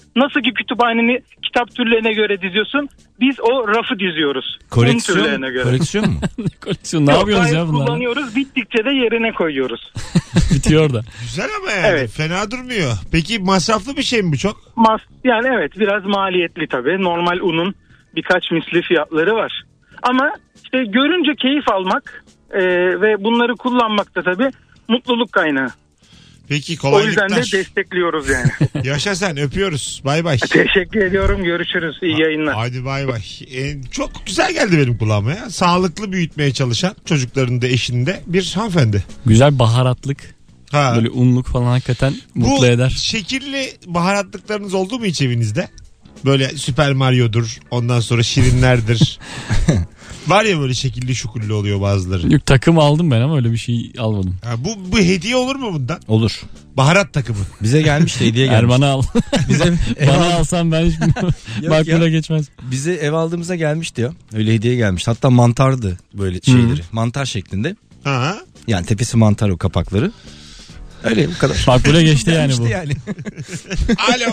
Nasıl ki kütüphaneni kitap türlerine göre diziyorsun. Biz o rafı diziyoruz. Un Koleksiyon, türlerine göre. koleksiyon mu? Koleksiyon ne Yok, yapıyorsunuz gayet ya bunlarla? kullanıyoruz. Bittikçe de yerine koyuyoruz. Bitiyor da. Güzel ama yani Evet. fena durmuyor. Peki masraflı bir şey mi bu çok? Mas yani evet biraz maliyetli tabii. Normal unun birkaç misli fiyatları var. Ama işte görünce keyif almak e, ve bunları kullanmak da tabii mutluluk kaynağı. Peki O yüzden de kolaylıklar. destekliyoruz yani. Yaşa sen, öpüyoruz. Bay bay. Teşekkür ediyorum. Görüşürüz. İyi yayınlar. Hadi bay bay. Ee, çok güzel geldi benim kulağıma ya. Sağlıklı büyütmeye çalışan çocuklarını da eşini de bir hanımefendi. Güzel baharatlık. Ha. Böyle unluk falan hakikaten mutlu Bu eder. şekilli baharatlıklarınız oldu mu hiç evinizde? Böyle Süper Mario'dur, ondan sonra şirinlerdir. Var ya böyle şekilli şukullu oluyor bazıları. Yok, takım aldım ben ama öyle bir şey almadım. Ha, bu, bu hediye olur mu bundan? Olur. Baharat takımı. Bize gelmiş de hediye gelmiş. Erman'a al. Bize ev Bana al- alsam ben hiç Yok makbule ya. geçmez. Bize ev aldığımızda gelmişti ya. Öyle hediye gelmiş. Hatta mantardı böyle şeyleri. Mantar şeklinde. Ha. Yani tepesi mantar o kapakları. Öyle bu kadar. Makbule geçti yani bu. Gelmişti yani. Alo.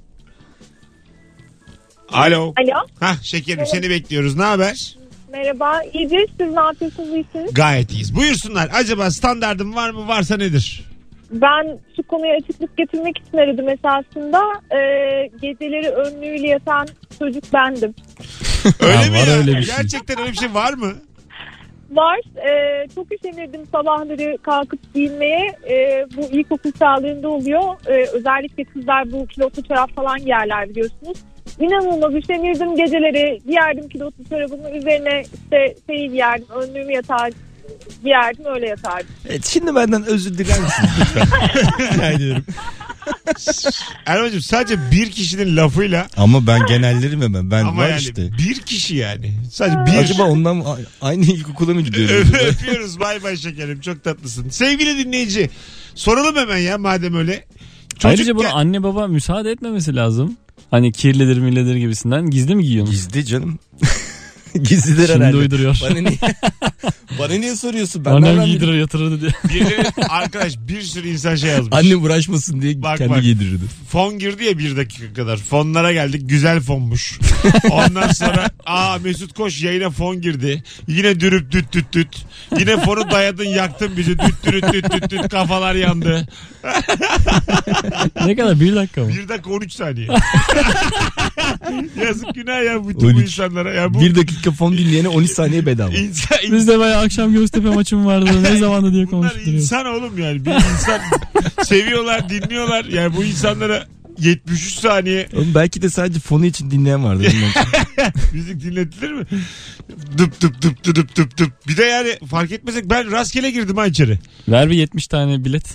Alo. Alo. Hah şekerim seni bekliyoruz. Ne haber? Merhaba. İyidir. Siz ne yapıyorsunuz? İyisiniz? Gayet iyiyiz. Buyursunlar. Acaba standardın var mı? Varsa nedir? Ben şu konuya açıklık getirmek için aradım esasında. Ee, geceleri önlüğüyle yatan çocuk bendim. Öyle Ha, mi var ya? öyle bir şey. Gerçekten öyle bir şey var mı? Var. Ee, çok üşenirdim sabahları kalkıp giyinmeye. Ee, bu ilkokul çağlarında oluyor. Ee, özellikle kızlar bu kilotlu çorap falan giyerler biliyorsunuz. İnanılmaz üşenirdim geceleri. Giyerdim kilotlu çorabımı. Üzerine işte şeyi giyerdim. Önlüğümü yatar giyerdim. Öyle yatardım. Evet, şimdi benden özür diler misiniz lütfen? Rica ediyorum. Erman'cığım sadece bir kişinin lafıyla Ama ben genellerim hemen. Ben ama var yani işte. bir kişi yani. Sadece bir. Acaba ondan mı- aynı ilkokula mı gidiyoruz? Ö- Öpüyoruz. Bay bay şekerim. Çok tatlısın. Sevgili dinleyici, soralım hemen ya madem öyle. Ayrıca buna Çocukken- anne baba müsaade etmemesi lazım. Hani kirlidir milledir gibisinden gizli mi giyiyorsunuz? Gizli canım. Gizlidir Şimdi herhalde. uyduruyor. Bana niye, bana niye soruyorsun? Ben Annem nereden giydirir bileyim? yatırırdı diye. Birileri, arkadaş bir sürü insan şey yazmış. Annem uğraşmasın diye Bak, kendi bak. giydirirdi. Fon girdi ya bir dakika kadar. Fonlara geldik. Güzel fonmuş. Ondan sonra aa Mesut Koş yayına fon girdi. Yine dürüp düt düt düt. Yine fonu dayadın yaktın bizi. Düt dürüt düt düt düt. Kafalar yandı. Ne kadar bir dakika mı? bir dakika on üç saniye. Yazık günah ya bütün on bu üç. insanlara. Ya bu Bir dakika fon dinleyene on üç saniye bedava. insan, Biz de bayağı akşam Göztepe maçım vardı. Ne zamandı diye bunlar konuşturuyoruz. insan oğlum yani. Bir insan seviyorlar, dinliyorlar. Yani bu insanlara yetmiş üç saniye Oğlum belki de sadece fonu için dinleyen vardı. müzik dinletilir mi? Dıp dıp dıp dıp dıp dıp dıp. Bir de yani fark etmesek ben rastgele girdim ha içeri. Ver bir yetmiş tane bilet.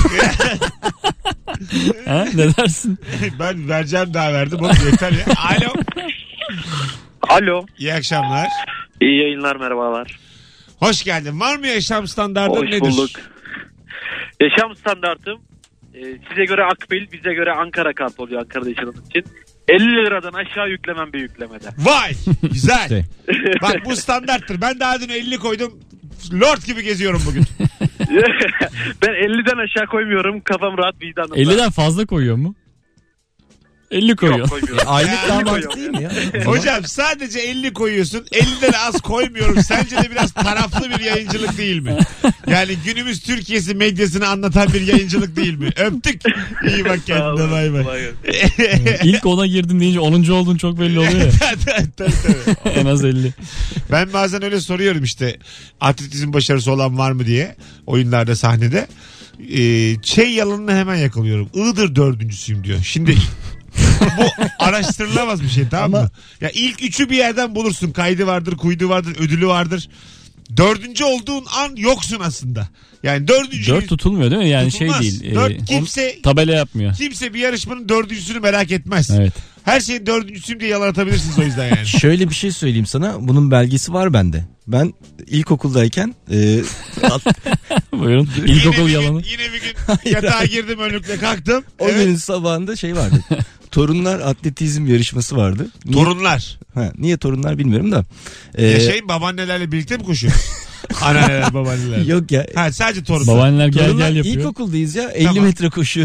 Ha, ne dersin? Ben vereceğim daha verdim oğlum yeter ya. Alo. Alo. İyi akşamlar. İyi yayınlar, merhabalar. Hoş geldin. Var mı yaşam standartın Hoş nedir? bulduk. Yaşam standartım e, size göre Akbil, bize göre Ankara kart oluyor Ankara'da yaşadığım için. elli liradan aşağı yüklemem bir yüklemede. Vay güzel. İşte. Bak bu standarttır. Ben daha dün elli koydum. Lord gibi geziyorum bugün. Ben elliden aşağı koymuyorum. Kafam rahat, vicdanım rahat. elliden fazla koyuyor mu? elli koyuyor. Yok, koymuyorum. Aylık Ya, daha elli mantıklı koyuyorum değil mi ya? Hocam sadece elli koyuyorsun. elliden az koymuyorum. Sence de biraz taraflı bir yayıncılık değil mi? Yani günümüz Türkiye'si medyasını anlatan bir yayıncılık değil mi? Öptük. İyi bak Sağ olun, kendine bay bay. kolay gelsin. İlk ona girdim deyince onuncu oldun çok belli oluyor ya. Tabii, tabii, tabii. En az elli. Ben bazen öyle soruyorum işte atletizm başarısı olan var mı diye oyunlarda sahnede. Ee, şey yalanını hemen yakalıyorum. Iğdır dördüncüsüyüm diyor. Şimdi bu araştırılamaz bir şey tamam Ama- mı? Ya ilk üçü bir yerden bulursun. Kaydı vardır, kuydu vardır, ödülü vardır. Dördüncü olduğun an yoksun aslında. Yani dördüncü Dört tutulmuyor değil mi? Yani tutulmaz. şey değil. Dört e, kimse tabela yapmıyor. kimse bir yarışmanın dördüncüsünü merak etmez. Evet. Her şeyin dördüncüsüyüm diye yalan atabilirsiniz o yüzden yani. Şöyle bir şey söyleyeyim sana. Bunun belgesi var bende. Ben ilkokuldayken e, Buyurun. Yine İlkokul bir yalanı. Gün, yine bir gün yatağa girdim önlükle kalktım. o Evet. günün sabahında şey vardı. Torunlar atletizm yarışması vardı. Niye, Torunlar. ha, niye torunlar bilmiyorum da. E, Ya şey babaannelerle birlikte mi koşuyorsun? Anneanneler babaanneler. Yok ya. Ha sadece torunlar. Babaanneler gel Torunlar gel yapıyor. ilkokuldayız ya. elli Tamam. metre koşuyoruz.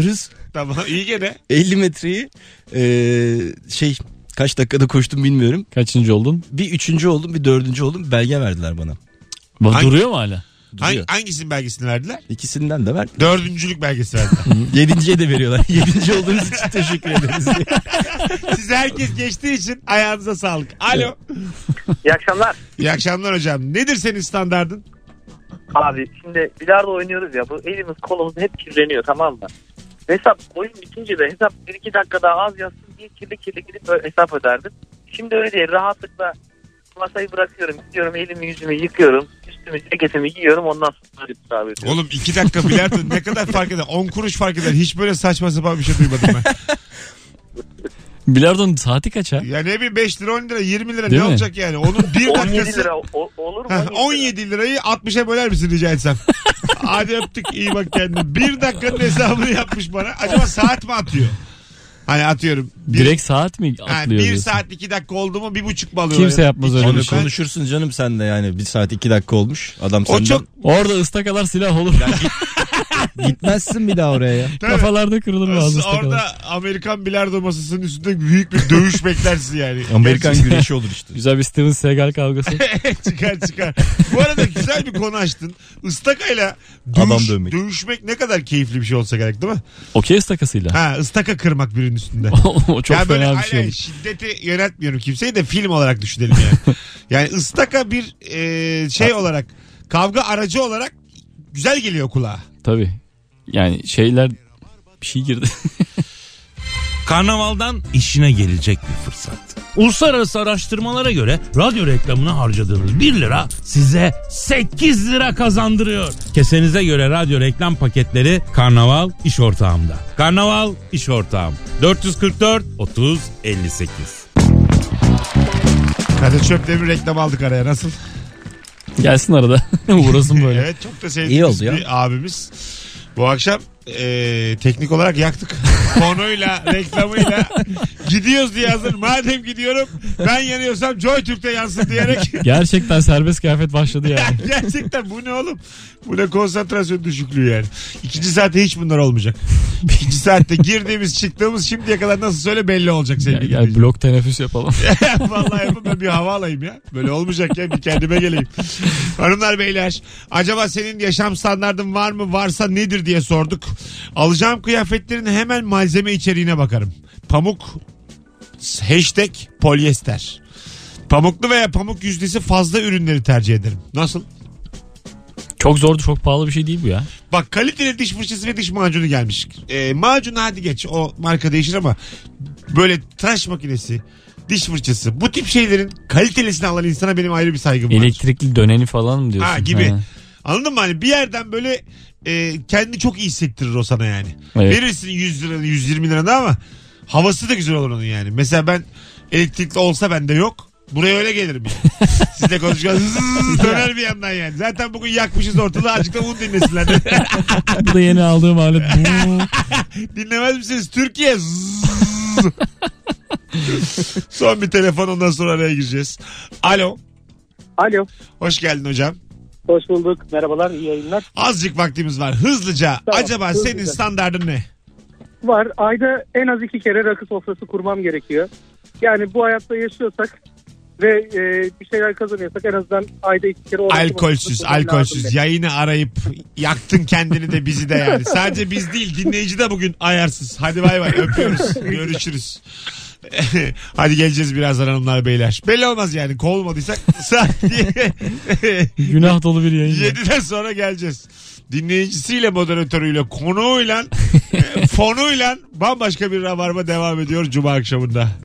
Tamam iyi gene. elli metreyi ee, şey kaç dakikada koştum bilmiyorum. Kaçıncı oldun? Bir üçüncü oldum, bir dördüncü oldum. Belge verdiler bana. Hangi, duruyor mu hala? Hangi, hangisinin belgesini verdiler? İkisinden de verdiler. Dördüncülük belgesi verdiler. Yedinciye de veriyorlar. Yedinci olduğunuz için teşekkür ederiz. Siz herkes geçtiği için ayağınıza sağlık. Alo. İyi akşamlar. İyi akşamlar hocam. Nedir senin standardın? Abi şimdi bilardo oynuyoruz ya, bu elimiz kolumuz hep kirleniyor, tamam mı? Hesap oyun bitince de hesap bir iki dakika daha az yazsın diye kirli kirli gidip böyle hesap öderdim. Şimdi öyle değil, rahatlıkla masayı bırakıyorum, gidiyorum, elimi yüzümü yıkıyorum, üstümü ceketimi giyiyorum, ondan sonra hesap ediyorum. Oğlum iki dakika bilardo ne kadar fark eder? on kuruş fark eder. Hiç böyle saçma sapan bir şey duymadım ben. Bilardonun saati kaç ha? Ya ne bileyim beş lira on lira yirmi lira Değil ne mi? olacak yani? Onun bir on yedi dakikası... lira o, olur mu? Heh, on yedi lirayı altmışa böler misin rica etsem? Hadi öptük, iyi bak kendine. Bir dakikanın hesabını yapmış bana. Acaba saat mi atıyor? Hani atıyorum. Bir, Direkt saat mi ha, atlıyor? bir diyorsun? saat iki dakika oldu mu bir buçuk mu alıyor? Kimse yapmaz öyle Onu bir şey. konuşursun canım sen de yani. Bir saat iki dakika olmuş. Adam O senden. çok Orada ıstakalar silah olur. Gitmezsin bir daha oraya ya. Kafalarda kırılır bazı ıstakalar. orada Amerikan bilardo masasının üstünde büyük bir dövüş beklersin yani. Amerikan Gerçekten. güreşi olur işte. Güzel bir Steven Seagal kavgası. çıkar çıkar. Bu arada güzel bir konu açtın. Istakayla Adam dövüş, dövmek. dövüşmek ne kadar keyifli bir şey olsa gerek değil mi? Okey ıstakasıyla. Ha, ıstaka kırmak birinin üstünde. O çok ya böyle fena bir şey aynen olur. şiddeti yönetmiyorum kimseyi de film olarak düşünelim yani. Yani ıstaka bir e, şey olarak, kavga aracı olarak güzel geliyor kulağa. Tabii. Yani şeyler bir şey girdi. Karnavaldan işine gelecek bir fırsat. Uluslararası araştırmalara göre radyo reklamına harcadığınız bir lira size sekiz lira kazandırıyor. Kesenize göre radyo reklam paketleri Karnaval İş Ortağım'da. Karnaval İş Ortağım dört yüz kırk dört otuz elli sekiz. Kadir Çöptemir reklam aldık araya, nasıl? Gelsin arada. Uğrasın böyle. Evet, çok da İyi sevdiğimiz oldu ya. bir abimiz. Bu akşam e, teknik olarak yaktık. Konuyla, reklamıyla gidiyoruz diye hazır. Madem gidiyorum ben yanıyorsam Joy Türk'te yansın diyerek. Gerçekten serbest kıyafet başladı yani. Gerçekten bu ne oğlum? Bu ne konsantrasyon düşüklüğü yani. İkinci saatte hiç bunlar olmayacak. İkinci saatte girdiğimiz çıktığımız şimdiye kadar nasıl söyle belli olacak Gel, sevgili gel dinleyiciler. blok teneffüs yapalım. Vallahi yapın, ben bir hava alayım ya. Böyle olmayacak ya, bir kendime geleyim. Hanımlar beyler, acaba senin yaşam standardın var mı, varsa nedir diye sorduk. Alacağım kıyafetlerin hemen malzeme içeriğine bakarım. Pamuk hashtag polyester. Pamuklu veya pamuk yüzdesi fazla ürünleri tercih ederim. Nasıl? Çok zor, çok pahalı bir şey değil bu ya. Bak, kaliteli diş fırçası ve diş macunu gelmiş. Ee, macunu hadi geç, o marka değişir ama böyle tıraş makinesi, diş fırçası, bu tip şeylerin kalitelisini alan insana benim ayrı bir saygım var. Elektrikli döneni falan mı diyorsun? Ha gibi. Ha. Anladın mı? Hani bir yerden böyle e, kendini çok iyi hissettirir o sana yani. Evet. Verirsin yüz lira yüz yirmi lira ama havası da güzel olur onun yani. Mesela ben elektrikli olsa bende yok. Buraya öyle gelirim yani. Sizle konuşurken zzzz döner bir yandan yani. Zaten bugün yakmışız ortalığı, azıcık da bunu dinlesinler. Bu da yeni aldığım alet. Dinlemez misiniz? Türkiye. Zzzz. Son bir telefon, ondan sonra araya gireceğiz. Alo. Alo. Hoş geldin hocam. Hoş bulduk. Merhabalar. İyi yayınlar. Azıcık vaktimiz var. Hızlıca. Tamam, Acaba hızlıca. senin standardın ne? Var. Ayda en az iki kere rakı sofrası kurmam gerekiyor. Yani bu hayatta yaşıyorsak ve e, bir şeyler kazanıyorsak en azından ayda iki kere... Alkolsüz, alkolsüz. Yayını arayıp yaktın kendini de bizi de yani. Sadece biz değil, dinleyici de bugün ayarsız. Hadi bay bay, öpüyoruz. Görüşürüz. Hadi geleceğiz birazdan hanımlar beyler. Belli olmaz yani, kovulmadıysak saat diye. Günah dolu bir yayın. yediden sonra geleceğiz. Dinleyicisiyle, moderatörüyle, konuğuyla, fonuyla bambaşka bir rabarba devam ediyor Cuma akşamında.